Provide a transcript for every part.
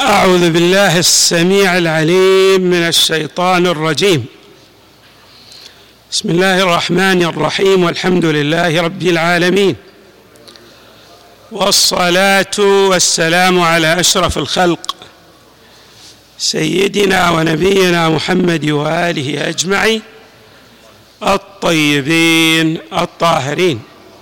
أعوذ بالله السميع العليم من الشيطان الرجيم. بسم الله الرحمن الرحيم، والحمد لله رب العالمين، والصلاة والسلام على أشرف الخلق سيدنا ونبينا محمد وآله أجمعين الطيبين الطاهرين.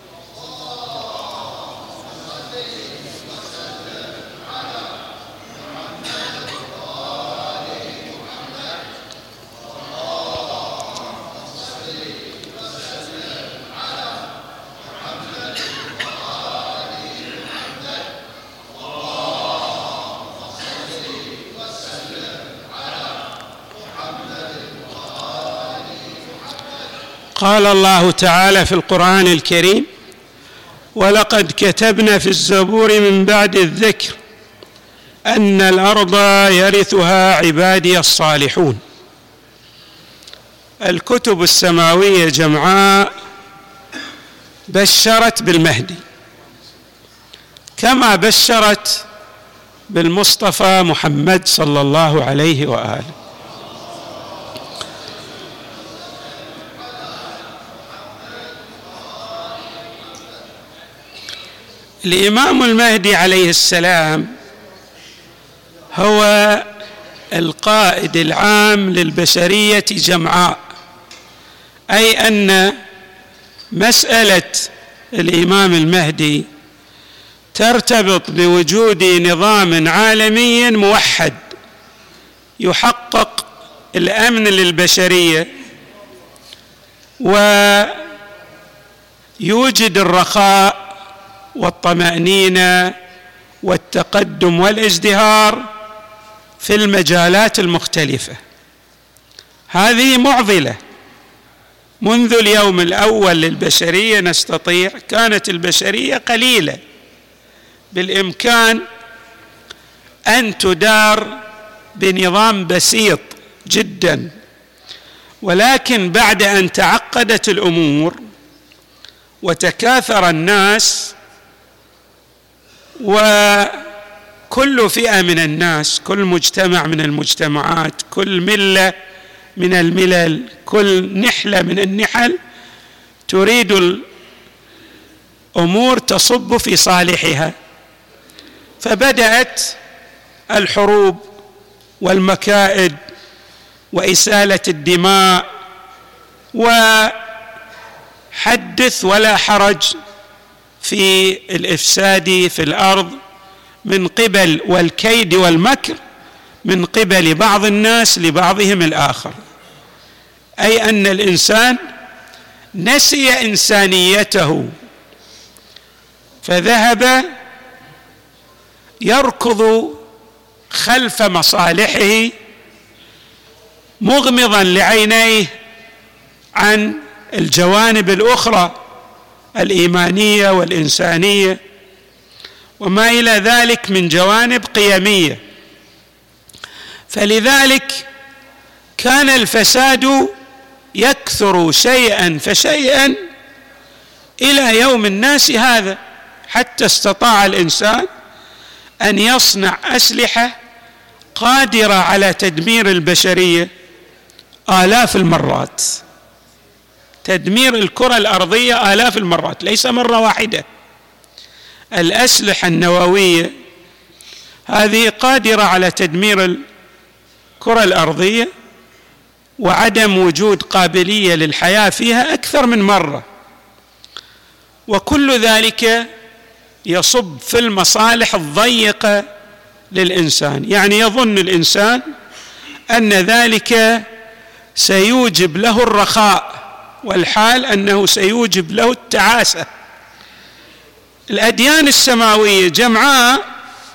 قال الله تعالى في القرآن الكريم: ولقد كتبنا في الزبور من بعد الذكر أن الأرض يرثها عبادي الصالحون. الكتب السماوية جمعاء بشرت بالمهدي كما بشرت بالمصطفى محمد صلى الله عليه وآله. الإمام المهدي عليه السلام هو القائد العام للبشرية جمعاء، أي أن مسألة الإمام المهدي ترتبط بوجود نظام عالمي موحد يحقق الأمن للبشرية ويوجد الرخاء والطمأنينة والتقدم والازدهار في المجالات المختلفة. هذه معضلة منذ اليوم الأول للبشرية. نستطيع، كانت البشرية قليلة، بالإمكان أن تدار بنظام بسيط جدا، ولكن بعد أن تعقدت الأمور وتكاثر الناس، وكل فئة من الناس، كل مجتمع من المجتمعات، كل ملة من الملل، كل نحلة من النحل تريد الأمور تصب في صالحها، فبدأت الحروب والمكائد وإسالة الدماء، وحدث ولا حرج في الإفساد في الأرض من قبل والكيد والمكر من قبل بعض الناس لبعضهم الآخر، أي أن الإنسان نسي إنسانيته فذهب يركض خلف مصالحه مغمضا لعينيه عن الجوانب الأخرى الإيمانية والإنسانية وما إلى ذلك من جوانب قيمية. فلذلك كان الفساد يكثر شيئا فشيئا إلى يوم الناس هذا، حتى استطاع الإنسان أن يصنع أسلحة قادرة على تدمير البشرية آلاف المرات، تدمير الكرة الأرضية آلاف المرات، ليس مرة واحدة. الأسلحة النووية هذه قادرة على تدمير الكرة الأرضية وعدم وجود قابلية للحياة فيها أكثر من مرة، وكل ذلك يصب في المصالح الضيقة للإنسان. يعني يظن الإنسان أن ذلك سيوجب له الرخاء، والحال أنه سيوجب له التعاسة. الأديان السماوية جمعاء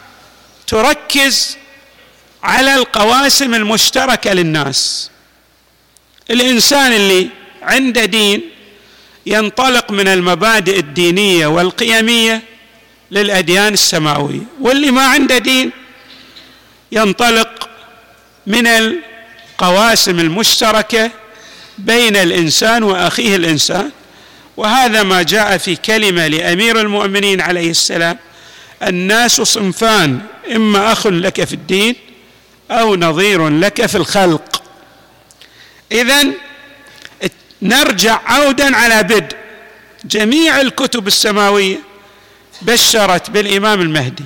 تركز على القواسم المشتركة للناس. الإنسان اللي عنده دين ينطلق من المبادئ الدينية والقيمية للأديان السماوية، واللي ما عنده دين ينطلق من القواسم المشتركة بين الإنسان وأخيه الإنسان. وهذا ما جاء في كلمة لأمير المؤمنين عليه السلام الناس صنفان، إما أخ لك في الدين أو نظير لك في الخلق. إذن نرجع عودا على بدء. جميع الكتب السماوية بشرت بالإمام المهدي،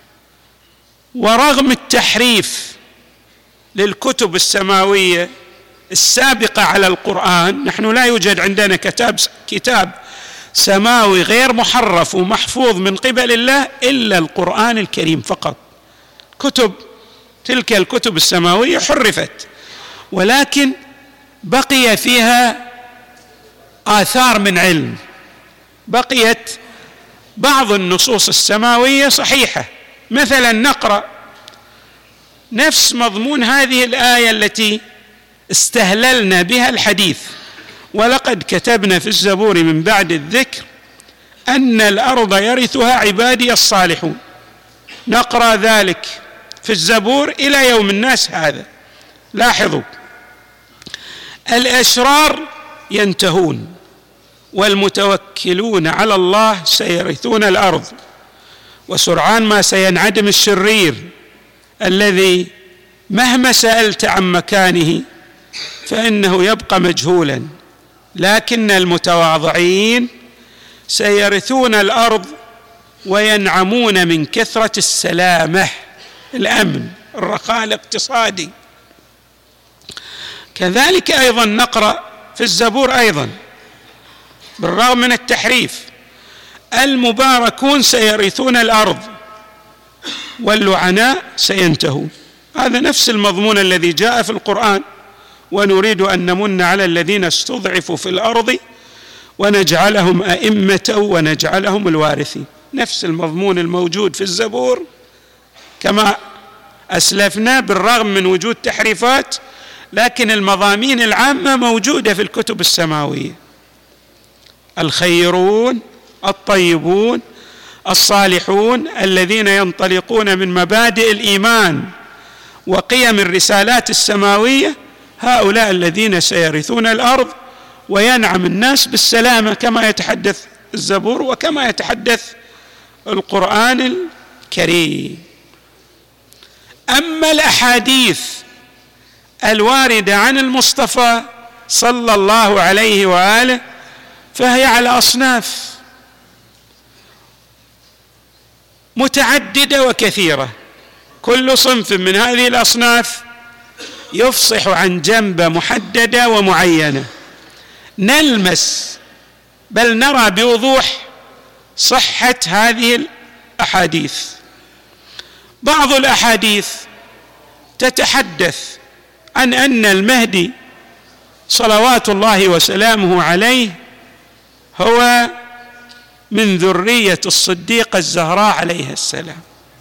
ورغم التحريف للكتب السماوية السابقة على القرآن، نحن لا يوجد عندنا كتاب سماوي غير محرف ومحفوظ من قبل الله إلا القرآن الكريم فقط. تلك الكتب السماوية حرفت، ولكن بقي فيها آثار من علم، بقيت بعض النصوص السماوية صحيحة. مثلا نقرأ نفس مضمون هذه الآية التي استهللنا بها الحديث: ولقد كتبنا في الزبور من بعد الذكر أن الأرض يرثها عبادي الصالحون. نقرأ ذلك في الزبور إلى يوم الناس هذا. لاحظوا، الأشرار ينتهون، والمتوكلون على الله سيرثون الأرض، وسرعان ما سينعدم الشرير الذي مهما سألت عن مكانه فإنه يبقى مجهولا، لكن المتواضعين سيرثون الأرض وينعمون من كثرة السلامة، الأمن، الرخاء الاقتصادي. كذلك أيضا نقرأ في الزبور أيضا بالرغم من التحريف: المباركون سيرثون الأرض واللعناء سينتهون. هذا نفس المضمون الذي جاء في القرآن: ونريد أن نمن على الذين استضعفوا في الأرض ونجعلهم أئمة ونجعلهم الوارثين. نفس المضمون الموجود في الزبور كما أسلفنا، بالرغم من وجود تحريفات، لكن المضامين العامة موجودة في الكتب السماوية: الخيرون، الطيبون، الصالحون، الذين ينطلقون من مبادئ الإيمان وقيم الرسالات السماوية، هؤلاء الذين سيرثون الأرض وينعم الناس بالسلامة، كما يتحدث الزبور وكما يتحدث القرآن الكريم. أما الأحاديث الواردة عن المصطفى صلى الله عليه وآله فهي على أصناف متعددة وكثيرة، كل صنف من هذه الأصناف يفصح عن جنبة محددة ومعينة. نلمس بل نرى بوضوح صحة هذه الأحاديث. بعض الأحاديث تتحدث عن أن المهدي صلوات الله وسلامه عليه هو من ذرية الصديقة الزهراء عليها السلام.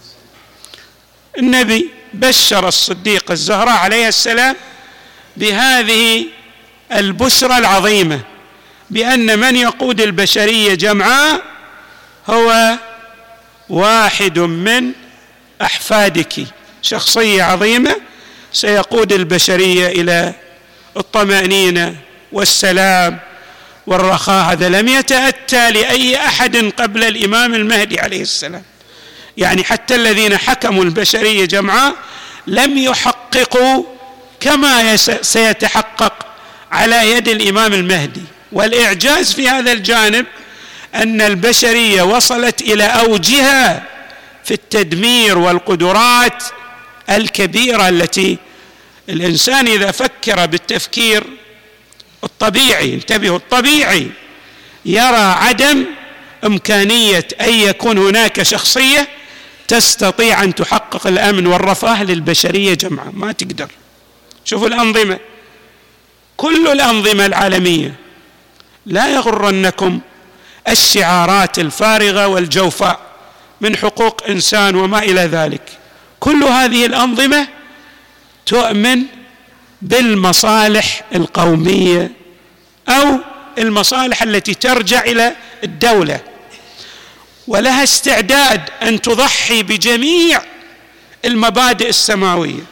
النبي بشر الصديقة الزهراء عليها السلام بهذه البشرى العظيمة، بأن من يقود البشرية جمعاء هو واحد من أحفادك، شخصية عظيمة سيقود البشرية إلى الطمأنينة والسلام والرخاء. هذا لم يتأتى لأي أحد قبل الإمام المهدي عليه السلام، يعني حتى الذين حكموا البشرية جمعاء لم يحققوا كما سيتحقق على يد الإمام المهدي. والإعجاز في هذا الجانب أن البشرية وصلت إلى أوجها في التدمير والقدرات الكبيرة التي الإنسان إذا فكر بالتفكير الطبيعي، انتبهوا، الطبيعي، يرى عدم إمكانية أن يكون هناك شخصية تستطيع أن تحقق الأمن والرفاه للبشرية جمعاء، ما تقدر. شوفوا الأنظمة، كل الأنظمة العالمية، لا يغرنكم الشعارات الفارغة والجوفاء من حقوق إنسان وما إلى ذلك، كل هذه الأنظمة تؤمن بالمصالح القومية أو المصالح التي ترجع إلى الدولة، ولها استعداد أن تضحي بجميع المبادئ السماوية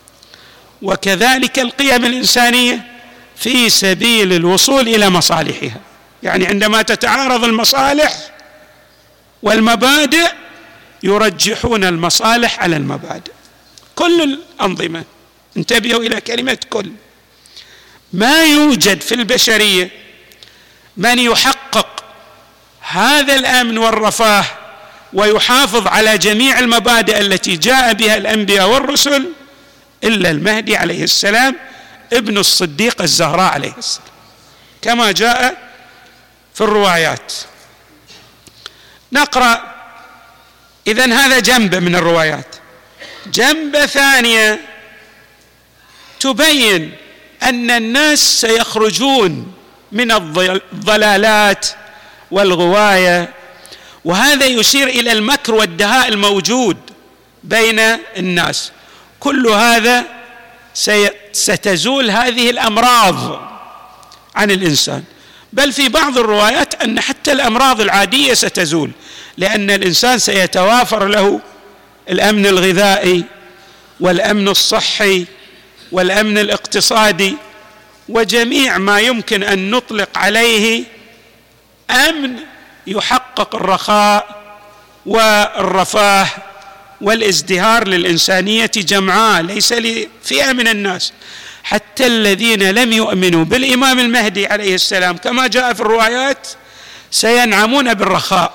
وكذلك القيم الإنسانية في سبيل الوصول إلى مصالحها. يعني عندما تتعارض المصالح والمبادئ يرجحون المصالح على المبادئ. كل الأنظمة، انتبهوا إلى كلمة كل، ما يوجد في البشرية من يحقق هذا الأمن والرفاه ويحافظ على جميع المبادئ التي جاء بها الأنبياء والرسل إلا المهدي عليه السلام ابن الصديق الزهراء عليه السلام، كما جاء في الروايات. نقرأ إذن هذا جنب من الروايات. جنب ثانية تبين أن الناس سيخرجون من الضلالات والغواية، وهذا يشير إلى المكر والدهاء الموجود بين الناس. كل هذا ستزول هذه الأمراض عن الإنسان، بل في بعض الروايات أن حتى الأمراض العادية ستزول، لأن الإنسان سيتوافر له الأمن الغذائي والأمن الصحي والأمن الاقتصادي وجميع ما يمكن أن نطلق عليه أمن يحقق الرخاء والرفاه والازدهار للإنسانية جمعاء، ليس لفئة من الناس. حتى الذين لم يؤمنوا بالإمام المهدي عليه السلام كما جاء في الروايات سينعمون بالرخاء،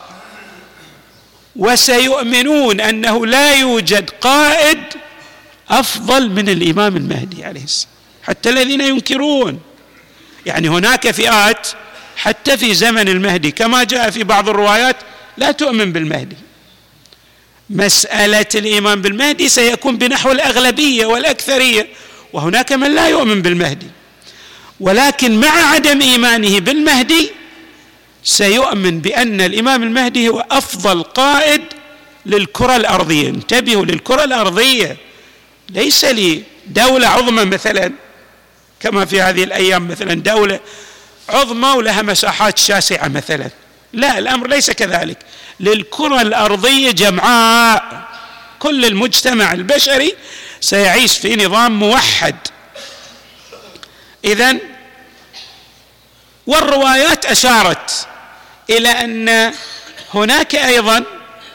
وسيؤمنون أنه لا يوجد قائد أفضل من الإمام المهدي عليه السلام. حتى الذين ينكرون، يعني هناك فئات حتى في زمن المهدي كما جاء في بعض الروايات لا تؤمن بالمهدي. مسألة الإيمان بالمهدي سيكون بنحو الأغلبية والأكثرية، وهناك من لا يؤمن بالمهدي، ولكن مع عدم إيمانه بالمهدي سيؤمن بأن الإمام المهدي هو أفضل قائد للكرة الأرضية. انتبهوا، للكرة الأرضية، ليس لدولة عظمى مثلا كما في هذه الأيام، مثلا دولة عظمى ولها مساحات شاسعة مثلا، لا، الأمر ليس كذلك. للكرة الأرضية جمعاء، كل المجتمع البشري سيعيش في نظام موحد. إذن والروايات أشارت إلى أن هناك أيضا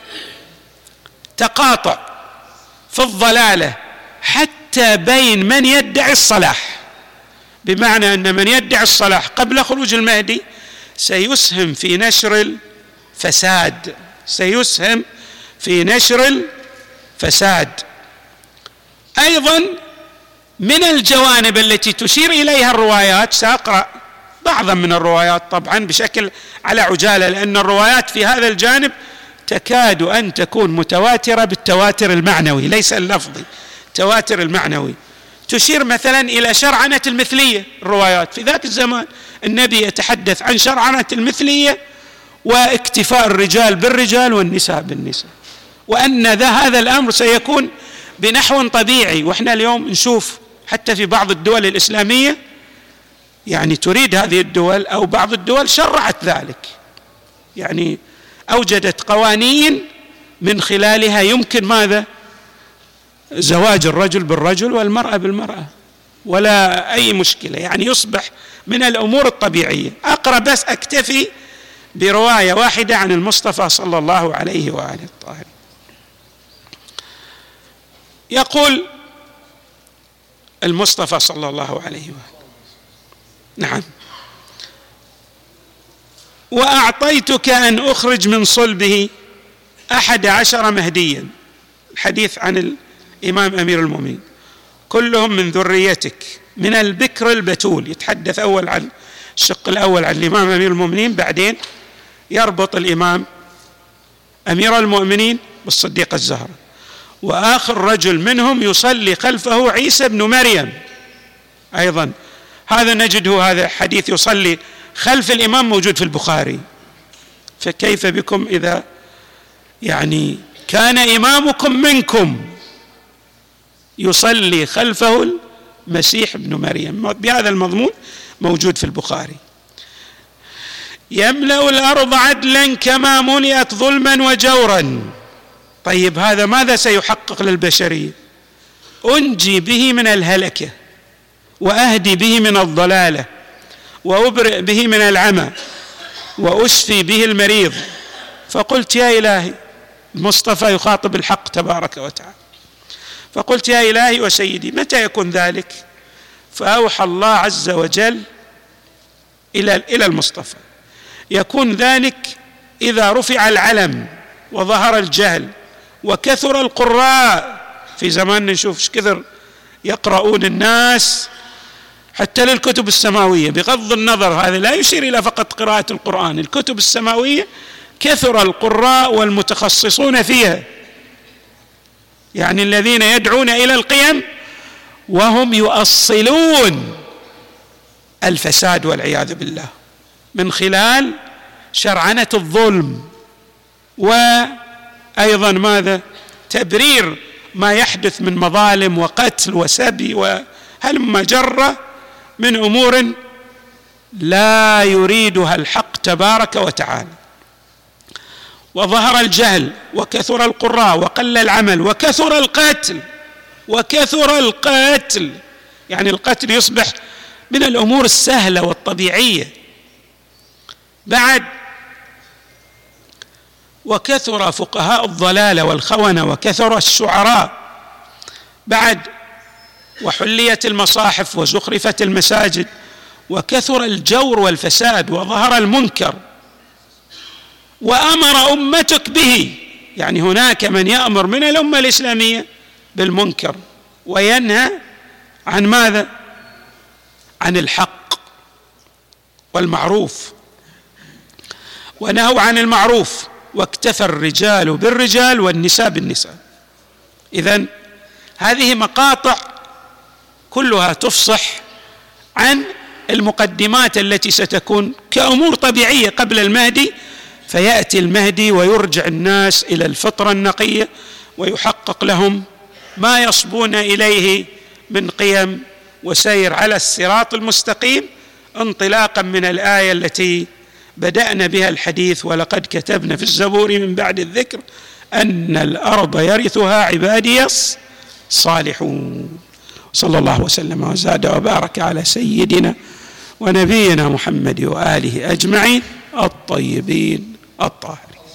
تقاطع في الضلالة حتى بين من يدعي الصلاح، بمعنى أن من يدعي الصلاح قبل خروج المهدي سيسهم في نشر الفساد، سيسهم في نشر الفساد. أيضا من الجوانب التي تشير إليها الروايات، سأقرأ بعضا من الروايات طبعا بشكل على عجالة، لأن الروايات في هذا الجانب تكاد أن تكون متواترة بالتواتر المعنوي ليس اللفظي، تواتر المعنوي. تشير مثلا إلى شرعنة المثلية. الروايات في ذاك الزمان النبي يتحدث عن شرعنة المثلية واكتفاء الرجال بالرجال والنساء بالنساء، وأن هذا الأمر سيكون بنحو طبيعي. وإحنا اليوم نشوف حتى في بعض الدول الإسلامية، يعني تريد هذه الدول أو بعض الدول شرعت ذلك، يعني أوجدت قوانين من خلالها يمكن ماذا؟ زواج الرجل بالرجل والمرأة بالمرأة ولا أي مشكلة، يعني يصبح من الأمور الطبيعية. أقرأ بس أكتفي برواية واحدة عن المصطفى صلى الله عليه وآله الطاهرين. يقول المصطفى صلى الله عليه وآله: نعم، وأعطيتك أن أخرج من صلبه 11 مهديا. الحديث عن الإمام أمير المؤمنين، كلهم من ذريتك من البكر البتول. يتحدث أول عن الشق الأول عن الإمام أمير المؤمنين، بعدين يربط الإمام أمير المؤمنين بالصديق الزهراء. وآخر رجل منهم يصلي خلفه عيسى بن مريم، أيضا هذا نجده، هذا حديث يصلي خلف الإمام موجود في البخاري. فكيف بكم إذا يعني كان إمامكم منكم يصلي خلفه المسيح ابن مريم، بهذا المضمون موجود في البخاري. يملأ الأرض عدلا كما ملئت ظلما وجورا. طيب هذا ماذا سيحقق للبشرية؟ أنجي به من الهلكة، وأهدي به من الضلالة، وأبرئ به من العمى، وأشفي به المريض. فقلت يا إلهي المصطفى يخاطب الحق تبارك وتعالى. فقلت يا إلهي وسيدي متى يكون ذلك؟ فأوحى الله عز وجل إلى المصطفى: يكون ذلك إذا رفع العلم وظهر الجهل وكثر القراء. في زماننا نشوف ايش كثر يقرؤون الناس حتى للكتب السماوية، بغض النظر هذا لا يشير إلى فقط قراءة القرآن، الكتب السماوية كثر القراء والمتخصصون فيها، يعني الذين يدعون إلى القيم وهم يؤصلون الفساد والعياذ بالله من خلال شرعنة الظلم، وأيضا ماذا؟ تبرير ما يحدث من مظالم وقتل وسبي وهلم جرة من أمور لا يريدها الحق تبارك وتعالى. وظهر الجهل وكثر القراء وقل العمل وكثر القتل، يعني القتل يصبح من الأمور السهلة والطبيعية. بعد وكثر فقهاء الضلال والخونة وكثر الشعراء. بعد وحليت المصاحف وزخرفت المساجد وكثر الجور والفساد وظهر المنكر وأمر أمتك به، يعني هناك من يأمر من الأمة الإسلامية بالمنكر وينهى عن ماذا؟ عن الحق والمعروف، ونهوا عن المعروف، واكتفى الرجال بالرجال والنساء بالنساء. إذن هذه مقاطع كلها تفصح عن المقدمات التي ستكون كأمور طبيعية قبل المهدي، فيأتي المهدي ويرجع الناس إلى الفطرة النقية ويحقق لهم ما يصبون إليه من قيم وسير على الصراط المستقيم، انطلاقا من الآية التي بدأنا بها الحديث: ولقد كتبنا في الزبور من بعد الذكر أن الأرض يرثها عبادي الصالحون. صلى الله وسلم وزاد وبارك على سيدنا ونبينا محمد وآله أجمعين الطيبين الطاهرين.